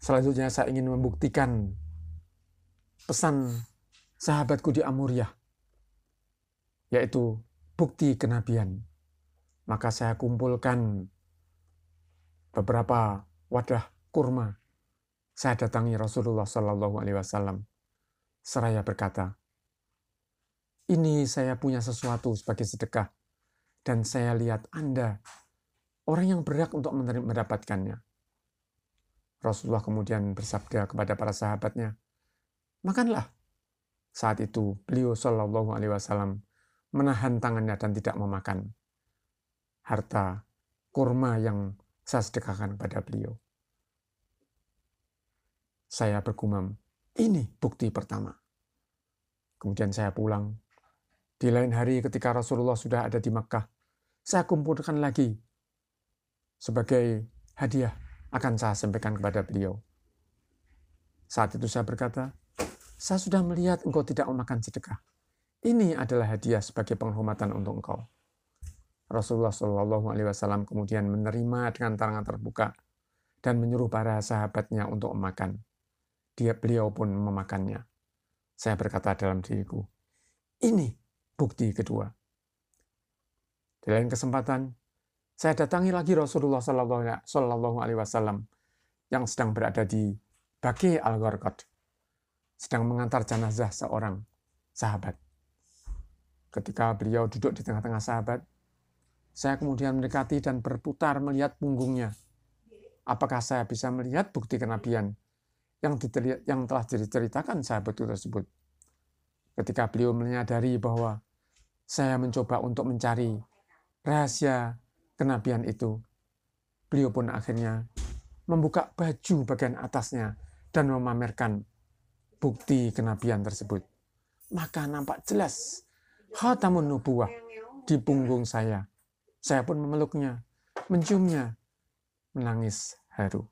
Selanjutnya saya ingin membuktikan pesan sahabatku di Amuriah, yaitu bukti kenabian. Maka saya kumpulkan beberapa wadah kurma. Saya datangi Rasulullah Shallallahu Alaihi Wasallam seraya berkata, ini saya punya sesuatu sebagai sedekah, dan saya lihat Anda orang yang berhak untuk mendapatkannya. Rasulullah kemudian bersabda kepada para sahabatnya, makanlah. Saat itu beliau Shallallahu Alaihi Wasallam menahan tangannya dan tidak memakan harta kurma yang saya sedekahkan kepada beliau. Saya bergumam, ini bukti pertama. Kemudian saya pulang. Di lain hari ketika Rasulullah sudah ada di Makkah, saya kumpulkan lagi sebagai hadiah akan saya sampaikan kepada beliau. Saat itu saya berkata, saya sudah melihat engkau tidak memakan sedekah. Ini adalah hadiah sebagai penghormatan untuk engkau. Rasulullah Shallallahu Alaihi Wasallam kemudian menerima dengan tangan terbuka dan menyuruh para sahabatnya untuk memakan. Beliau pun memakannya. Saya berkata dalam diriku, ini bukti kedua. Di lain kesempatan, saya datangi lagi Rasulullah Shallallahu Alaihi Wasallam yang sedang berada di Baqi al-Gharqad, sedang mengantar jenazah seorang sahabat. Ketika beliau duduk di tengah-tengah sahabat, saya kemudian mendekati dan berputar melihat punggungnya. Apakah saya bisa melihat bukti kenabian yang telah diceritakan sahabat tersebut? Ketika beliau menyadari bahwa saya mencoba untuk mencari rahasia kenabian itu, beliau pun akhirnya membuka baju bagian atasnya dan memamerkan bukti kenabian tersebut. Maka nampak jelas khatamun nubuwah di punggung saya. Saya pun memeluknya, menciumnya, menangis haru.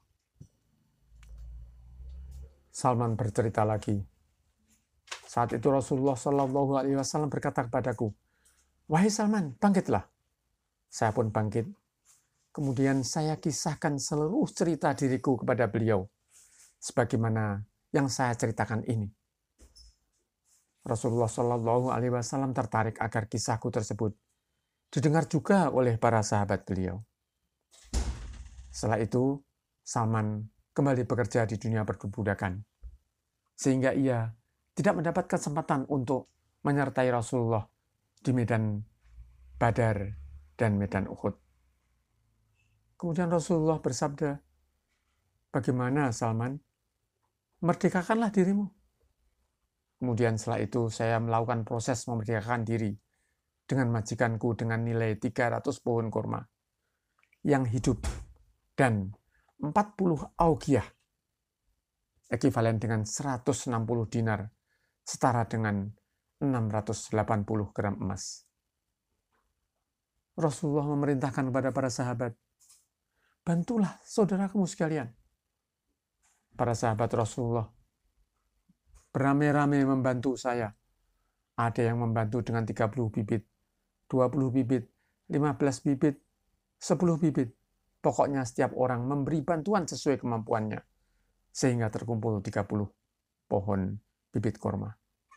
Salman bercerita lagi. Saat itu Rasulullah Shallallahu Alaihi Wasallam berkata kepadaku, wahai Salman, bangkitlah. Saya pun bangkit. Kemudian saya kisahkan seluruh cerita diriku kepada beliau, sebagaimana yang saya ceritakan ini. Rasulullah Shallallahu Alaihi Wasallam tertarik agar kisahku tersebut didengar juga oleh para sahabat beliau. Setelah itu, Salman kembali bekerja di dunia perbudakan, sehingga ia tidak mendapat kesempatan untuk menyertai Rasulullah di medan Badar dan medan Uhud. Kemudian Rasulullah bersabda, bagaimana Salman? Merdekakanlah dirimu. Kemudian setelah itu saya melakukan proses memerdekakan diri dengan majikanku dengan nilai 300 pohon kurma yang hidup dan 40 auqiyah, ekuivalen dengan 160 dinar, setara dengan 680 gram emas. Rasulullah memerintahkan kepada para sahabat, bantulah saudara kamu sekalian. Para sahabat Rasulullah beramai-ramai membantu saya. Ada yang membantu dengan 30 bibit, 20 bibit, 15 bibit, 10 bibit. Pokoknya setiap orang memberi bantuan sesuai kemampuannya. Sehingga terkumpul 30 pohon bibit kurma.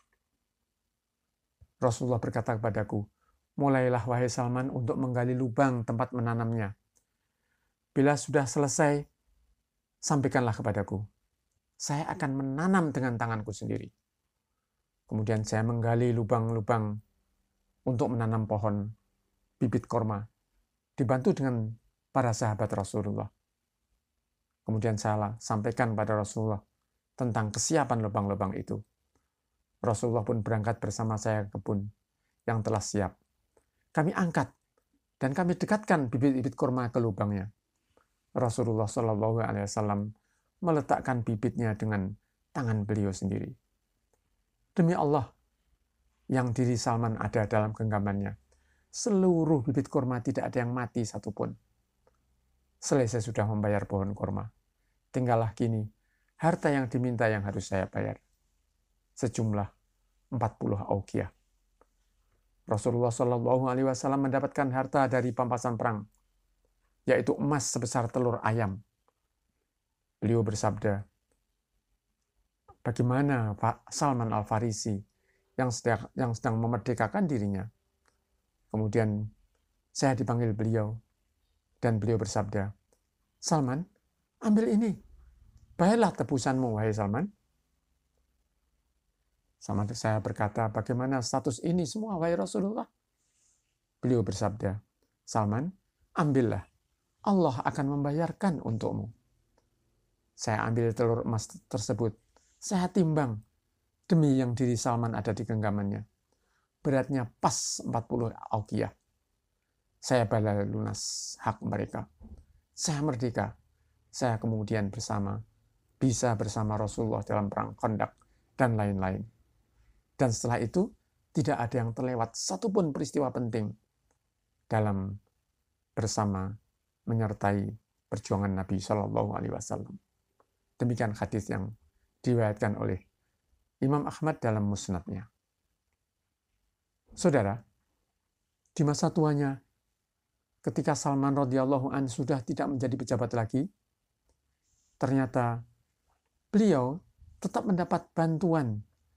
Rasulullah berkata kepadaku, mulailah wahai Salman untuk menggali lubang tempat menanamnya. Bila sudah selesai, sampaikanlah kepadaku. Saya akan menanam dengan tanganku sendiri. Kemudian saya menggali lubang-lubang untuk menanam pohon bibit kurma, dibantu dengan para sahabat Rasulullah. Kemudian saya sampaikan pada Rasulullah tentang kesiapan lubang-lubang itu. Rasulullah pun berangkat bersama saya ke kebun yang telah siap. Kami angkat dan kami dekatkan bibit-bibit kurma ke lubangnya. Rasulullah Shallallahu Alaihi Wasallam meletakkan bibitnya dengan tangan beliau sendiri. Demi Allah, yang diri Salman ada dalam genggamannya. Seluruh bibit kurma tidak ada yang mati satupun. Selesai sudah membayar pohon kurma. Tinggallah kini harta yang diminta yang harus saya bayar. Sejumlah 40 auqiyah. Rasulullah Shallallahu Alaihi Wasallam mendapatkan harta dari pampasan perang, yaitu emas sebesar telur ayam. Beliau bersabda, bagaimana Salman Al-Farisi yang sedang memerdekakan dirinya. Kemudian saya dipanggil beliau, dan beliau bersabda, Salman, ambil ini. Bayarlah tebusanmu, wahai Salman. Sama saya berkata, bagaimana status ini semua, wahai Rasulullah? Beliau bersabda, Salman, ambillah. Allah akan membayarkan untukmu. Saya ambil telur emas tersebut. Saya timbang demi yang diri Salman ada di genggamannya. Beratnya pas 40 auqiyah. Saya balas lunas hak mereka. Saya merdeka. Saya kemudian bisa bersama Rasulullah dalam perang Khandaq dan lain-lain. Dan setelah itu, tidak ada yang terlewat satupun peristiwa penting dalam bersama menyertai perjuangan Nabi Shallallahu Alaihi Wasallam. Demikian hadis yang diriwayatkan oleh Imam Ahmad dalam musnadnya. Saudara, di masa tuanya, ketika Salman radhiyallahu an sudah tidak menjadi pejabat lagi, ternyata beliau tetap mendapat bantuan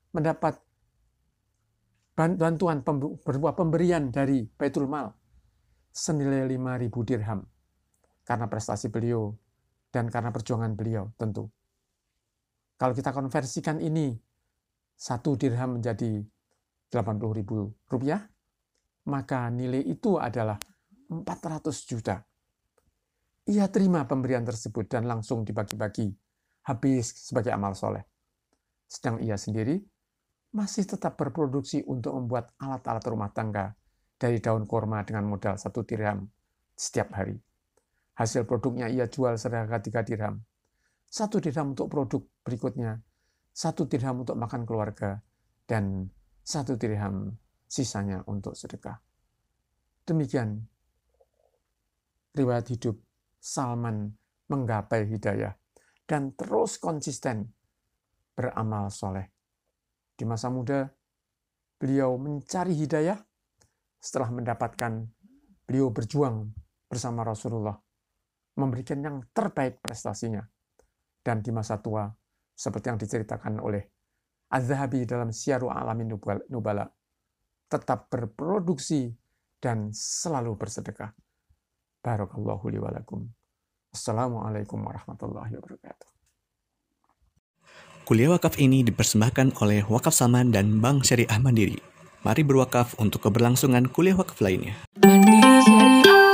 berupa pemberian dari Baitul Mal senilai 5.000 dirham karena prestasi beliau dan karena perjuangan beliau tentu. Kalau kita konversikan ini, 1 dirham menjadi 80.000 rupiah, maka nilai itu adalah 400 juta. Ia terima pemberian tersebut dan langsung dibagi-bagi, habis sebagai amal soleh. Sedang ia sendiri masih tetap berproduksi untuk membuat alat-alat rumah tangga dari daun korma dengan modal 1 dirham setiap hari. Hasil produknya ia jual seharga 3 dirham. 1 dirham untuk produk berikutnya, 1 dirham untuk makan keluarga, dan 1 dirham sisanya untuk sedekah. Demikian riwayat hidup Salman menggapai hidayah dan terus konsisten beramal soleh. Di masa muda, beliau mencari hidayah. Setelah mendapatkan, beliau berjuang bersama Rasulullah, memberikan yang terbaik prestasinya. Dan di masa tua, seperti yang diceritakan oleh Az-Zahabi dalam Syiaru A'lamin Nubala, tetap berproduksi dan selalu bersedekah. Barakallahu li wa lakum. Assalamualaikum warahmatullahi wabarakatuh. Kuliah wakaf ini dipersembahkan oleh Wakaf Salman dan Bank Syariah Mandiri. Mari berwakaf untuk keberlangsungan kuliah wakaf lainnya. Mandiri Syariah.